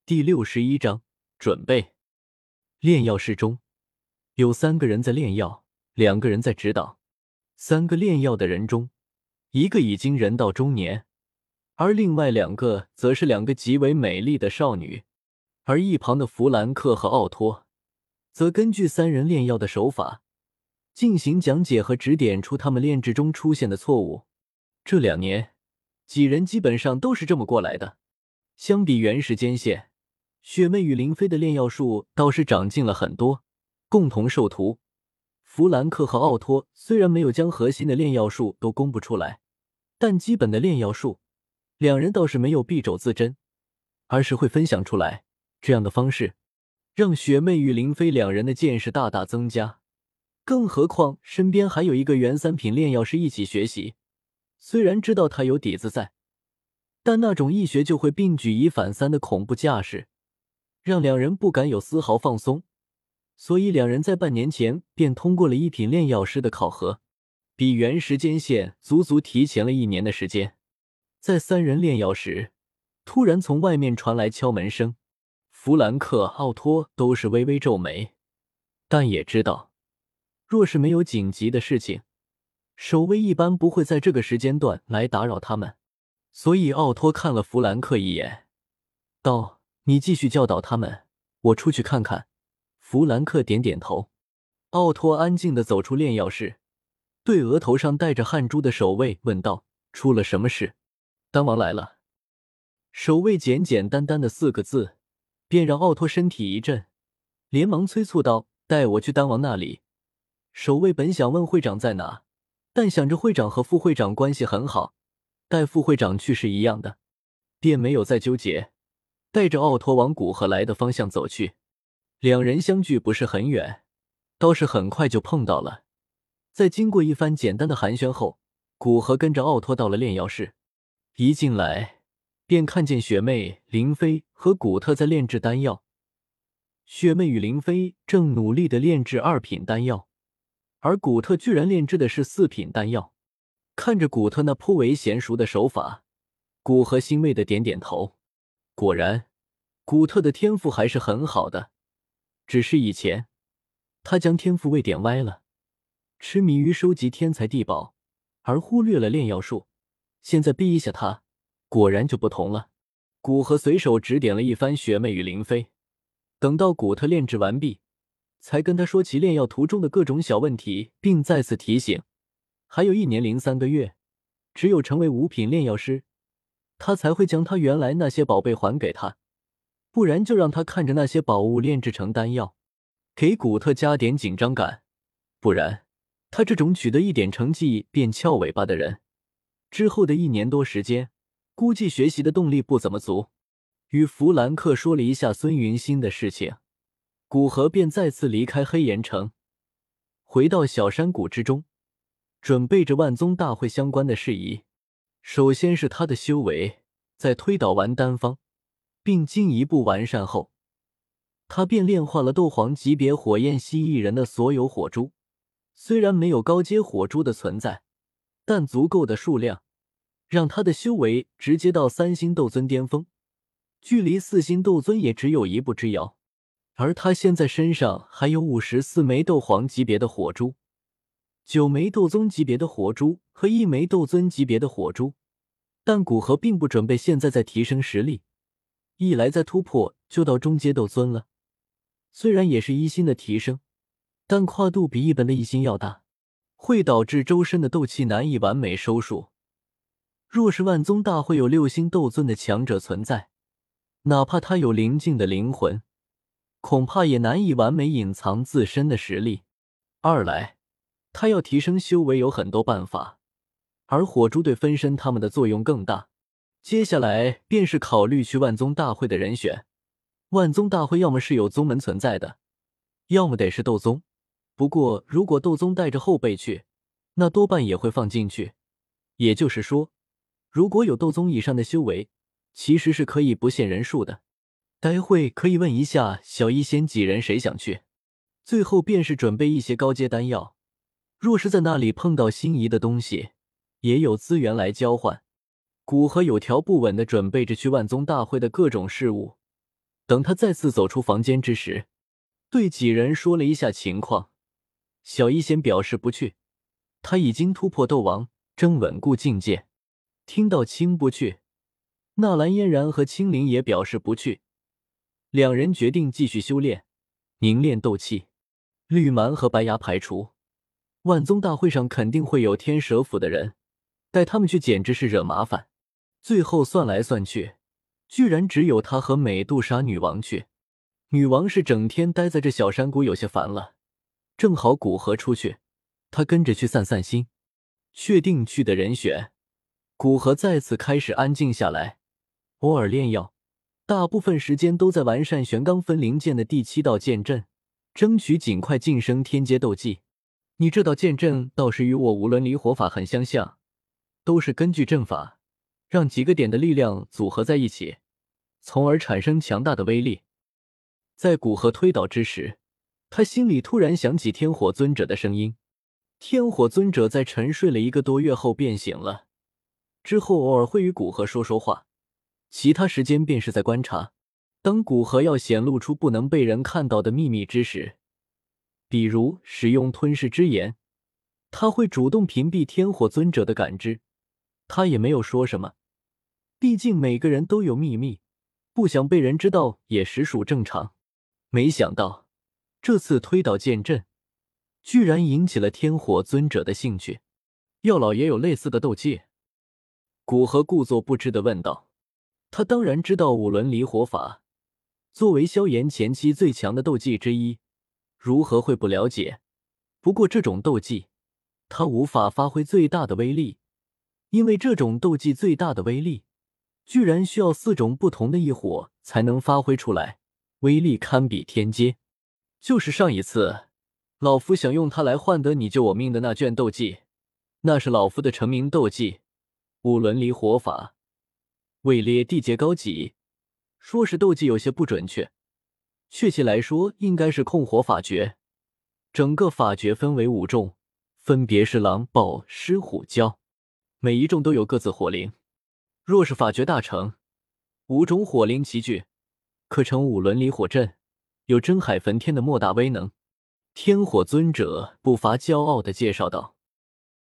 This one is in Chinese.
第61章准备。炼药室中有3个人在炼药，2个人在指导。3个炼药的人中，1个已经人到中年，而另外2个则是2个极为美丽的少女。而一旁的弗兰克和奥托则根据3人炼药的手法进行讲解和指点出他们炼制中出现的错误。这2年几人基本上都是这么过来的。相比原时间线，雪妹与林飞的炼药术倒是长进了很多，共同授徒。弗兰克和奥托虽然没有将核心的炼药术都公布出来，但基本的炼药术2人倒是没有敝帚自珍，而是会分享出来。这样的方式让雪妹与林飞2人的见识大大增加，更何况身边还有一个原3品炼药师一起学习。虽然知道他有底子在，但那种一学就会并举一反三的恐怖架势让2人不敢有丝毫放松，所以2人在半年前便通过了1品炼药师的考核，比原时间线足足提前了1年的时间。在3人炼药时，突然从外面传来敲门声，弗兰克、奥托都是微微皱眉，但也知道若是没有紧急的事情，守卫一般不会在这个时间段来打扰他们。所以奥托看了弗兰克一眼，道：“你继续教导他们，我出去看看。”弗兰克点点头。奥托安静地走出炼药室，对额头上带着汗珠的守卫问道：“出了什么事？”“丹王来了。”守卫简简单单的4个字，便让奥托身体一震，连忙催促道：“带我去丹王那里。”守卫本想问会长在哪，但想着会长和副会长关系很好，带副会长去是一样的，便没有再纠结，带着奥托往古河来的方向走去。2人相距不是很远，倒是很快就碰到了。在经过一番简单的寒暄后，古河跟着奥托到了炼药室。一进来便看见雪妹、林飞和古特在炼制丹药。雪妹与林飞正努力地炼制2品丹药，而古特居然炼制的是4品丹药。看着古特那颇为娴熟的手法，古河欣慰的点点头。果然，古特的天赋还是很好的，只是以前他将天赋位点歪了，痴迷于收集天才地宝，而忽略了炼药术。现在逼一下他，果然就不同了。古河随手指点了一番雪妹与林飞，等到古特炼制完毕，才跟他说起炼药途中的各种小问题，并再次提醒还有1年零3个月，只有成为5品炼药师，他才会将他原来那些宝贝还给他，不然就让他看着那些宝物炼制成丹药，给古特加点紧张感。不然他这种取得一点成绩便翘尾巴的人，之后的1年多时间估计学习的动力不怎么足。与弗兰克说了一下孙云欣的事情，古河便再次离开黑岩城，回到小山谷之中，准备着万宗大会相关的事宜。首先是他的修为，在推导完丹方并进一步完善后，他便炼化了斗皇级别火焰蜥蜴人的所有火珠。虽然没有高阶火珠的存在，但足够的数量让他的修为直接到3星斗尊巅峰，距离4星斗尊也只有1步之遥。而他现在身上还有54枚斗皇级别的火珠，9枚斗宗级别的火珠和1枚斗尊级别的火珠。但古河并不准备现在再提升实力，一来再突破就到中阶斗尊了，虽然也是1星的提升，但跨度比一本的1星要大，会导致周身的斗气难以完美收束。若是万宗大会有6星斗尊的强者存在，哪怕他有灵境的灵魂，恐怕也难以完美隐藏自身的实力。二来，他要提升修为有很多办法，而火珠对分身他们的作用更大。接下来便是考虑去万宗大会的人选。万宗大会要么是有宗门存在的，要么得是斗宗。不过如果斗宗带着后辈去，那多半也会放进去。也就是说，如果有斗宗以上的修为，其实是可以不限人数的。待会可以问一下小医仙几人谁想去。最后便是准备一些高阶丹药，若是在那里碰到心仪的东西，也有资源来交换。古河有条不紊地准备着去万宗大会的各种事务， 等他再次走出房间之时，对几人说了一下情况。小医仙表示不去，他已经突破斗王，正稳固境界。听到青不去，纳兰嫣然和青灵也表示不去，两人决定继续修炼，凝练斗气。绿蛮和白牙排除，万宗大会上肯定会有天蛇府的人，带他们去简直是惹麻烦。最后算来算去，居然只有他和美杜莎女王去。女王是整天待在这小山谷有些烦了，正好古河出去，她跟着去散散心。确定去的人选，古河再次开始安静下来，偶尔炼药，大部分时间都在完善玄罡分灵剑的第7道剑阵，争取尽快晋升天阶斗技。你这道剑阵倒是与我无伦离火法很相像，都是根据阵法让几个点的力量组合在一起，从而产生强大的威力。在古河推导之时，他心里突然想起天火尊者的声音。天火尊者在沉睡了1个多月后便醒了，之后偶尔会与古河说说话，其他时间便是在观察。当古河要显露出不能被人看到的秘密之时，比如使用吞噬之炎，他会主动屏蔽天火尊者的感知。他也没有说什么，毕竟每个人都有秘密，不想被人知道也实属正常。没想到这次推导剑阵居然引起了天火尊者的兴趣。药老也有类似的斗技？古河故作不知地问道。他当然知道五轮离火法，作为萧炎前期最强的斗技之一，如何会不了解？不过这种斗技他无法发挥最大的威力，因为这种斗技最大的威力居然需要4种不同的异火才能发挥出来，威力堪比天阶。就是上一次老夫想用它来换得你救我命的那卷斗技，那是老夫的成名斗技五轮离火法，位列地阶高级。说是斗技有些不准确，确切来说应该是控火法诀。整个法诀分为5种，分别是狼、豹、狮、虎、蛟，每一种都有各自火灵。若是法诀大成，5种火灵齐聚，可成5轮离火阵，有真海焚天的莫大威能。天火尊者不乏骄傲地介绍道。